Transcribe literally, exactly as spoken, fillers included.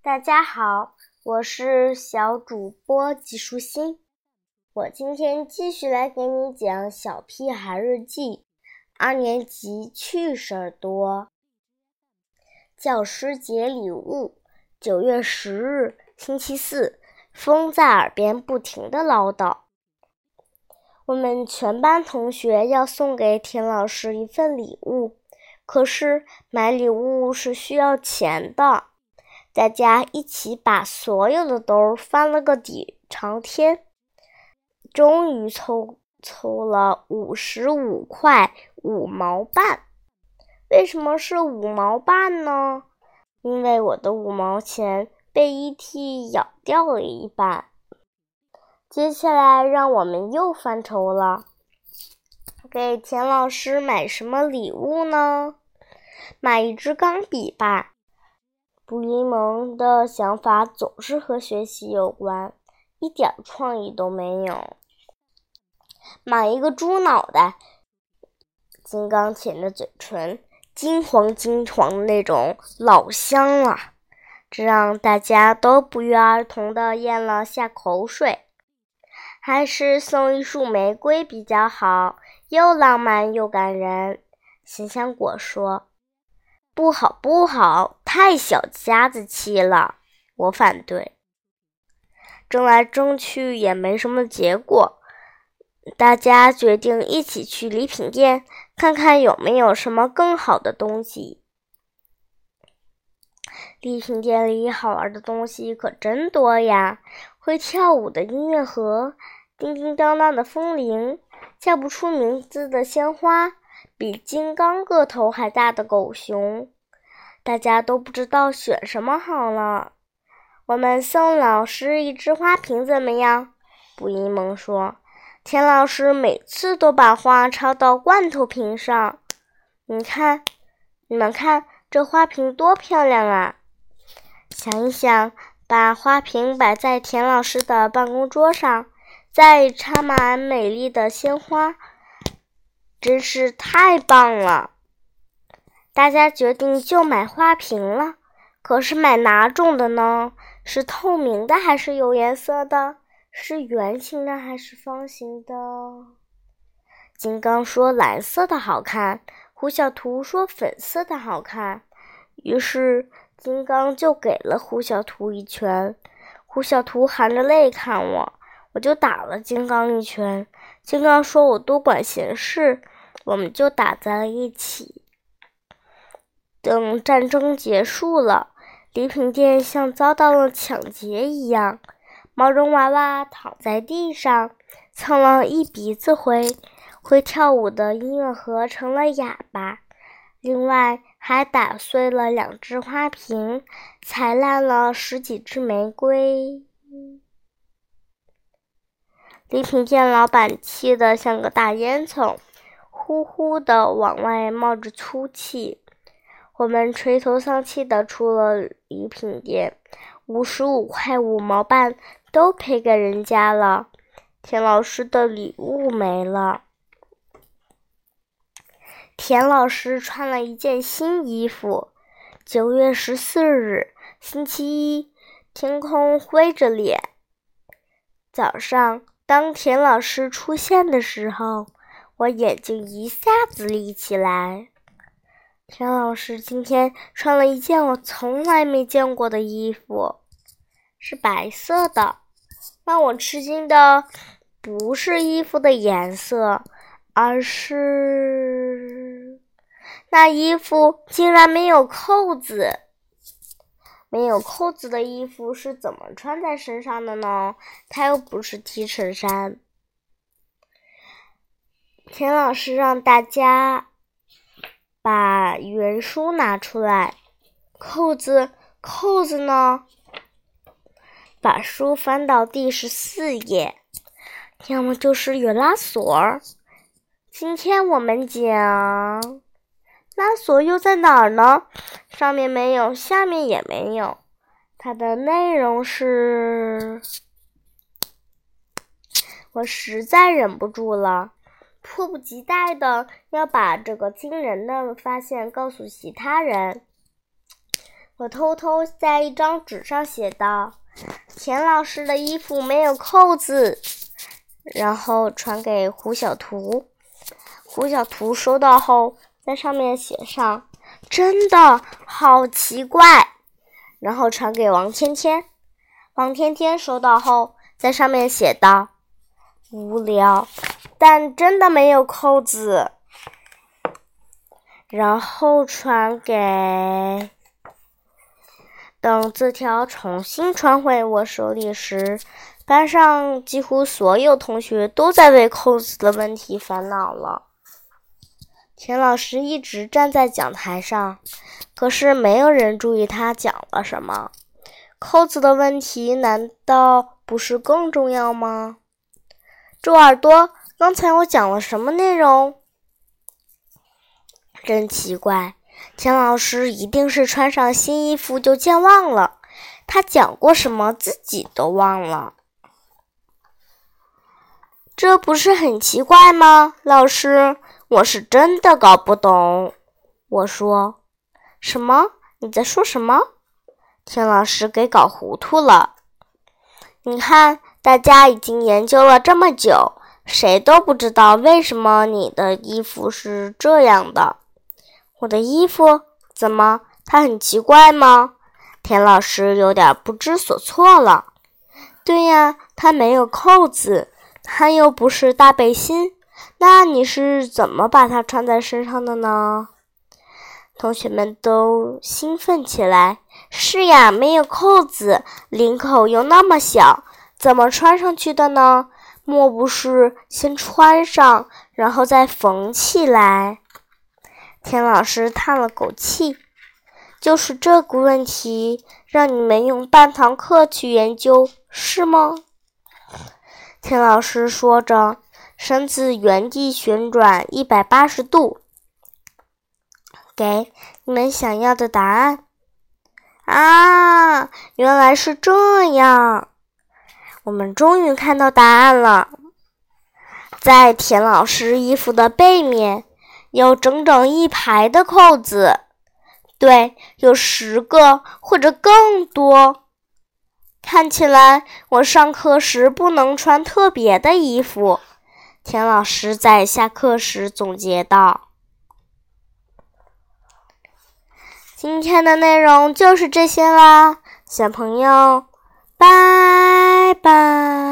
大家好，我是小主播季舒心。我今天继续来给你讲《小屁孩日记》二年级趣事儿多。教师节礼物，九月十日，星期四，风在耳边不停地唠叨。我们全班同学要送给田老师一份礼物，可是买礼物是需要钱的。大家一起把所有的兜翻了个底朝天，终于凑凑了五十五块五毛半。为什么是五毛半呢？因为我的五毛钱被 E T 咬掉了一半。接下来让我们又犯愁了，给田老师买什么礼物呢？买一支钢笔吧。布林蒙的想法总是和学习有关，一点创意都没有。买一个猪脑袋，金刚舔着嘴唇，金黄金黄的那种，老香了，这让大家都不约而同地咽了下口水。还是送一束玫瑰比较好，又浪漫又感人。咸香果说，不好不好，太小家子气了，我反对。争来争去也没什么结果，大家决定一起去礼品店看看有没有什么更好的东西。礼品店里好玩的东西可真多呀，会跳舞的音乐盒，叮叮当当的风铃，叫不出名字的鲜花，比金刚个头还大的狗熊，大家都不知道选什么好了。我们送老师一支花瓶怎么样？布伊蒙说，田老师每次都把花插到罐头瓶上。你看，你们看，这花瓶多漂亮啊！想一想，把花瓶摆在田老师的办公桌上，再插满美丽的鲜花，真是太棒了。大家决定就买花瓶了，可是买哪种的呢？是透明的还是有颜色的？是圆形的还是方形的？金刚说蓝色的好看，胡小图说粉色的好看，于是金刚就给了胡小图一拳。胡小图含着泪看我，我就打了金刚一拳。金刚说我多管闲事，我们就打在了一起。等战争结束了，礼品店像遭到了抢劫一样，毛绒娃娃躺在地上，蹭了一鼻子灰，会跳舞的音乐盒成了哑巴，另外还打碎了两只花瓶，踩烂了十几支玫瑰。礼品店老板气得像个大烟囱，呼呼地往外冒着粗气。我们垂头丧气地出了礼品店，五十五块五毛半都赔给人家了。田老师的礼物没了。田老师穿了一件新衣服。九月十四日，星期一，天空灰着脸。早上，当田老师出现的时候，我眼睛一下子立起来。田老师今天穿了一件我从来没见过的衣服，是白色的。让我吃惊的不是衣服的颜色，而是那衣服竟然没有扣子。没有扣子的衣服是怎么穿在身上的呢？它又不是 T 恤衫。田老师让大家把原书拿出来，扣子，扣子呢？把书翻到第十四页，要么就是有拉锁。今天我们讲拉锁又在哪儿呢？上面没有，下面也没有。它的内容是……我实在忍不住了，迫不及待的要把这个惊人的发现告诉其他人。 我偷偷在一张纸上写道：田老师的衣服没有扣子，然后传给胡小图。胡小图收到后，在上面写上真的好奇怪，然后传给王天天。王天天收到后，在上面写道无聊，但真的没有扣子，然后传给……等字条重新传回我手里时，班上几乎所有同学都在为扣子的问题烦恼了。田老师一直站在讲台上，可是没有人注意他讲了什么。扣子的问题难道不是更重要吗？猪耳朵，刚才我讲了什么内容？真奇怪，田老师一定是穿上新衣服就健忘了，他讲过什么自己都忘了。这不是很奇怪吗？老师，我是真的搞不懂。我说，什么？你在说什么？田老师给搞糊涂了。你看，大家已经研究了这么久，谁都不知道为什么你的衣服是这样的。我的衣服？怎么？它很奇怪吗？田老师有点不知所措了。对呀，它没有扣子，它又不是大背心，那你是怎么把它穿在身上的呢？同学们都兴奋起来。是呀，没有扣子，领口又那么小，怎么穿上去的呢？莫不是先穿上，然后再缝起来？田老师叹了口气，就是这个问题让你们用半堂课去研究，是吗？田老师说着，身子原地旋转一百八十度，给你们想要的答案。啊，原来是这样！我们终于看到答案了。在田老师衣服的背面有整整一排的扣子，对，有十个或者更多。看起来我上课时不能穿特别的衣服，田老师在下课时总结道。今天的内容就是这些啦，小朋友，拜拜。